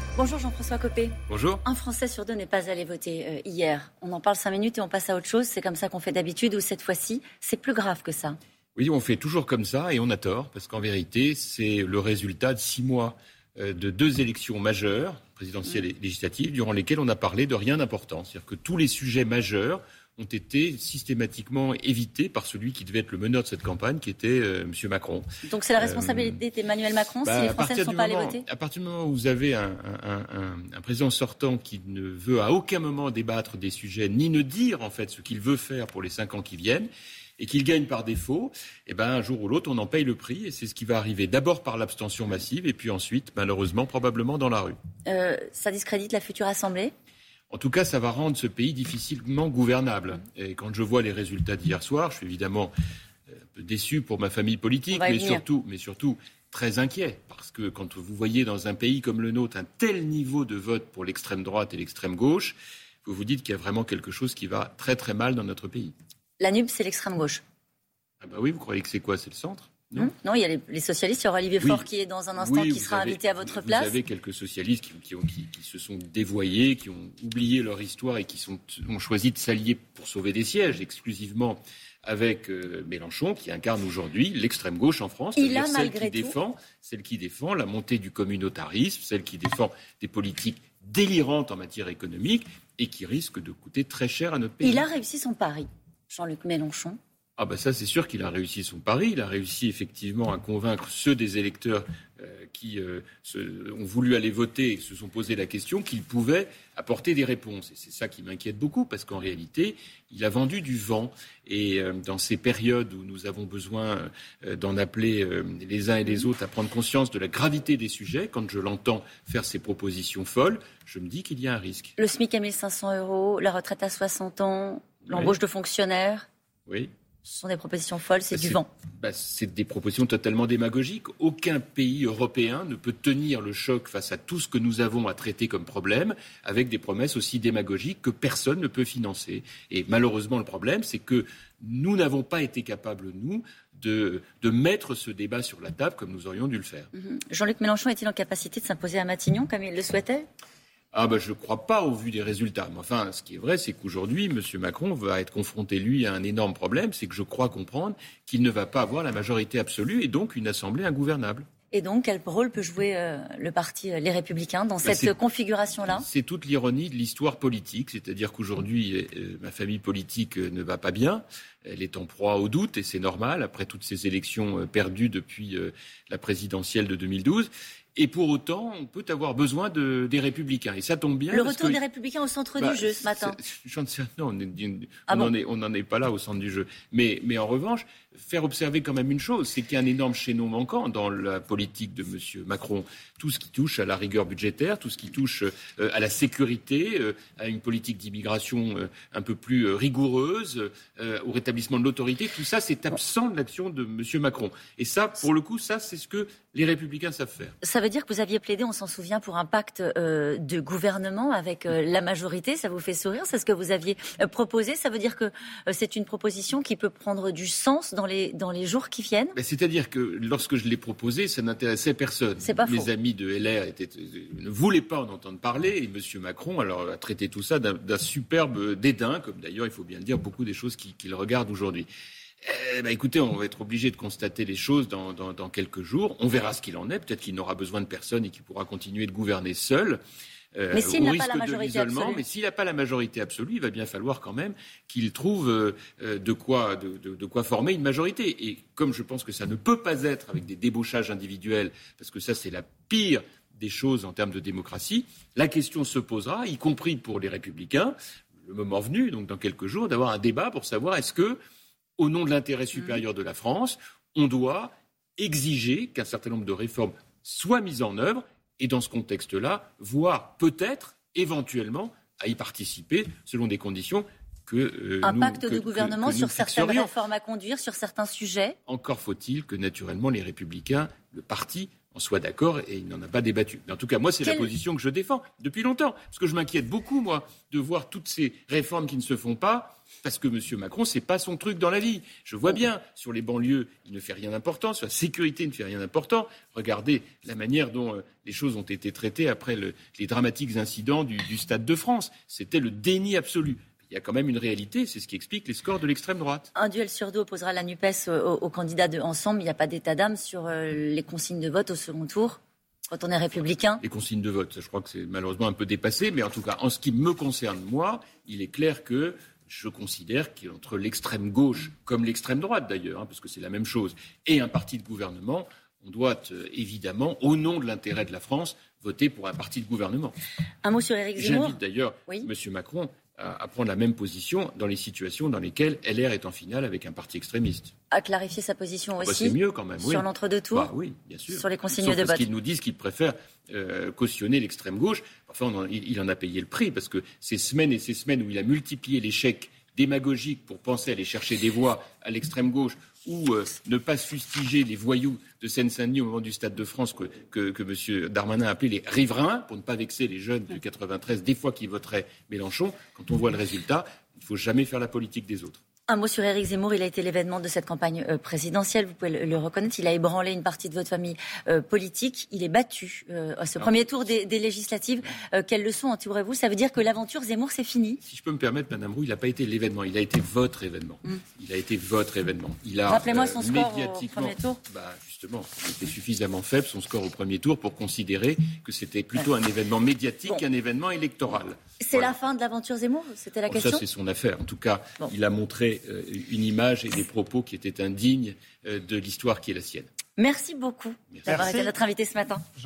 Bonjour Jean-François Copé. Bonjour. Un Français sur deux n'est pas allé voter hier. On en parle 5 minutes et on passe à autre chose. C'est comme ça qu'on fait d'habitude ou cette fois-ci, c'est plus grave que ça? Oui, on fait toujours comme ça et on a tort parce qu'en vérité, c'est le résultat de 6 mois de 2 élections majeures, présidentielles et législatives, durant lesquelles on a parlé de rien d'important. C'est-à-dire que tous les sujets majeurs ont été systématiquement évités par celui qui devait être le meneur de cette campagne, qui était M. Macron. Donc c'est la responsabilité d'Emmanuel Macron si les Français ne sont pas allés voter? À partir du moment où vous avez un président sortant qui ne veut à aucun moment débattre des sujets, ni ne dire en fait ce qu'il veut faire pour les 5 ans qui viennent, et qu'il gagne par défaut, un jour ou l'autre, on en paye le prix. Et c'est ce qui va arriver d'abord par l'abstention massive, et puis ensuite, malheureusement, probablement dans la rue. Ça discrédite la future Assemblée? En tout cas, ça va rendre ce pays difficilement gouvernable. Et quand je vois les résultats d'hier soir, je suis évidemment un peu déçu pour ma famille politique, mais surtout très inquiet. Parce que quand vous voyez dans un pays comme le nôtre un tel niveau de vote pour l'extrême droite et l'extrême gauche, vous vous dites qu'il y a vraiment quelque chose qui va très très mal dans notre pays. La NUP, c'est l'extrême gauche. Ah bah oui, vous croyez que c'est quoi? C'est le centre? Non, il y a les socialistes. Il y aura Olivier Faure qui est dans un instant, qui sera invité à votre place. Vous avez quelques socialistes qui se sont dévoyés, qui ont oublié leur histoire et qui ont choisi de s'allier pour sauver des sièges exclusivement avec Mélenchon, qui incarne aujourd'hui l'extrême gauche en France. Celle qui défend la montée du communautarisme, celle qui défend des politiques délirantes en matière économique et qui risque de coûter très cher à notre pays. Il a réussi son pari, Jean-Luc Mélenchon. Ah bah ça, c'est sûr qu'il a réussi son pari. Il a réussi effectivement à convaincre ceux des électeurs qui ont voulu aller voter et se sont posé la question qu'il pouvait apporter des réponses. Et c'est ça qui m'inquiète beaucoup parce qu'en réalité, il a vendu du vent. Et dans ces périodes où nous avons besoin d'en appeler les uns et les autres à prendre conscience de la gravité des sujets, quand je l'entends faire ces propositions folles, je me dis qu'il y a un risque. Le SMIC à 1 500 €, la retraite à 60 ans, l'embauche de fonctionnaires. Oui. Ce sont des propositions folles, c'est du vent. C'est des propositions totalement démagogiques. Aucun pays européen ne peut tenir le choc face à tout ce que nous avons à traiter comme problème avec des promesses aussi démagogiques que personne ne peut financer. Et malheureusement, le problème, c'est que nous n'avons pas été capables, nous, de mettre ce débat sur la table comme nous aurions dû le faire. Jean-Luc Mélenchon est-il en capacité de s'imposer à Matignon comme il le souhaitait ? Je ne crois pas au vu des résultats. Mais enfin, ce qui est vrai, c'est qu'aujourd'hui, M. Macron va être confronté, lui, à un énorme problème. C'est que je crois comprendre qu'il ne va pas avoir la majorité absolue et donc une assemblée ingouvernable. Et donc, quel rôle peut jouer le parti Les Républicains dans cette configuration-là ? C'est toute l'ironie de l'histoire politique. C'est-à-dire qu'aujourd'hui, ma famille politique ne va pas bien. Elle est en proie au doute et c'est normal, après toutes ces élections perdues depuis la présidentielle de 2012. Et pour autant, on peut avoir besoin des Républicains. Et ça tombe bien. Le retour des Républicains au centre du jeu ce matin. Non, on n'en est pas là au centre du jeu. Mais en revanche, faire observer quand même une chose, c'est qu'il y a un énorme chaînon manquant dans la politique de M. Macron. Tout ce qui touche à la rigueur budgétaire, tout ce qui touche à la sécurité, à une politique d'immigration un peu plus rigoureuse, au rétablissement de l'autorité, tout ça, c'est absent de l'action de M. Macron. Et ça, pour le coup, c'est ce que les Républicains savent faire. Ça veut dire que vous aviez plaidé, on s'en souvient, pour un pacte de gouvernement avec la majorité. Ça vous fait sourire? C'est ce que vous aviez proposé. Ça veut dire que c'est une proposition qui peut prendre du sens dans les jours qui viennent? C'est-à-dire que lorsque je l'ai proposé, ça n'intéressait personne. C'est pas faux. Mes amis de LR ne voulaient pas en entendre parler. Et M. Macron a traité tout ça d'un superbe dédain, comme d'ailleurs, il faut bien le dire, beaucoup des choses qu'il regarde aujourd'hui. Écoutez, on va être obligé de constater les choses dans quelques jours. On verra ce qu'il en est. Peut-être qu'il n'aura besoin de personne et qu'il pourra continuer de gouverner seul. Mais s'il n'a pas la majorité absolue. Mais s'il n'a pas la majorité absolue, il va bien falloir quand même qu'il trouve de quoi former une majorité. Et comme je pense que ça ne peut pas être avec des débauchages individuels, parce que ça c'est la pire des choses en termes de démocratie, la question se posera, y compris pour les Républicains, le moment venu, donc dans quelques jours, d'avoir un débat pour savoir est-ce que, au nom de l'intérêt supérieur de la France, on doit exiger qu'un certain nombre de réformes soient mises en œuvre et dans ce contexte-là, voire peut-être, éventuellement, à y participer selon des conditions un pacte de gouvernement sur certaines réformes à conduire, sur certains sujets. Encore faut-il que, naturellement, les Républicains, le parti, en soit d'accord et il n'en a pas débattu. Mais en tout cas, moi, c'est la position que je défends depuis longtemps. Parce que je m'inquiète beaucoup, moi, de voir toutes ces réformes qui ne se font pas. Parce que M. Macron, c'est pas son truc dans la vie. Je vois bien, sur les banlieues, il ne fait rien d'important. Sur la sécurité, il ne fait rien d'important. Regardez la manière dont les choses ont été traitées après les dramatiques incidents du Stade de France. C'était le déni absolu. Il y a quand même une réalité, c'est ce qui explique les scores de l'extrême droite. Un duel sur deux opposera la NUPES aux candidats de Ensemble. Il n'y a pas d'état d'âme sur les consignes de vote au second tour quand on est républicain. Les consignes de vote, je crois que c'est malheureusement un peu dépassé. Mais en tout cas, en ce qui me concerne, moi, il est clair que je considère qu'entre l'extrême gauche, comme l'extrême droite d'ailleurs, parce que c'est la même chose, et un parti de gouvernement, on doit évidemment, au nom de l'intérêt de la France, voter pour un parti de gouvernement. Un mot sur Éric Zemmour. J'invite d'ailleurs M. Macron à prendre la même position dans les situations dans lesquelles LR est en finale avec un parti extrémiste. À clarifier sa position aussi. C'est mieux quand même. Sur l'entre-deux tours. Oui, bien sûr. Sur les consignes Sauf de vote. Parce qu'ils nous disent qu'ils préfèrent cautionner l'extrême gauche. Enfin, il en a payé le prix parce que ces semaines et ces semaines où il a multiplié l'échec démagogique pour penser aller chercher des voix à l'extrême gauche ou ne pas fustiger les voyous de Seine-Saint-Denis au moment du Stade de France que M. Darmanin a appelé les riverains, pour ne pas vexer les jeunes du 93, des fois qui voteraient Mélenchon. Quand on voit le résultat, il ne faut jamais faire la politique des autres. Un mot sur Éric Zemmour, il a été l'événement de cette campagne présidentielle, vous pouvez le reconnaître, il a ébranlé une partie de votre famille politique, il est battu à ce premier tour des législatives. Quelle leçon en tirez-vous? Ça veut dire que l'aventure Zemmour, c'est fini? Si je peux me permettre, Madame Roux, il n'a pas été l'événement, il a été votre événement. Il a été votre événement. Rappelez-moi son score au premier tour. Justement, il était suffisamment faible, son score au premier tour, pour considérer que c'était plutôt un événement médiatique qu'un événement électoral. C'est la fin de l'aventure Zemmour? C'était la question? Ça, c'est son affaire. En tout cas, il a montré une image et des propos qui étaient indignes de l'histoire qui est la sienne. Merci beaucoup d'avoir été notre invité ce matin.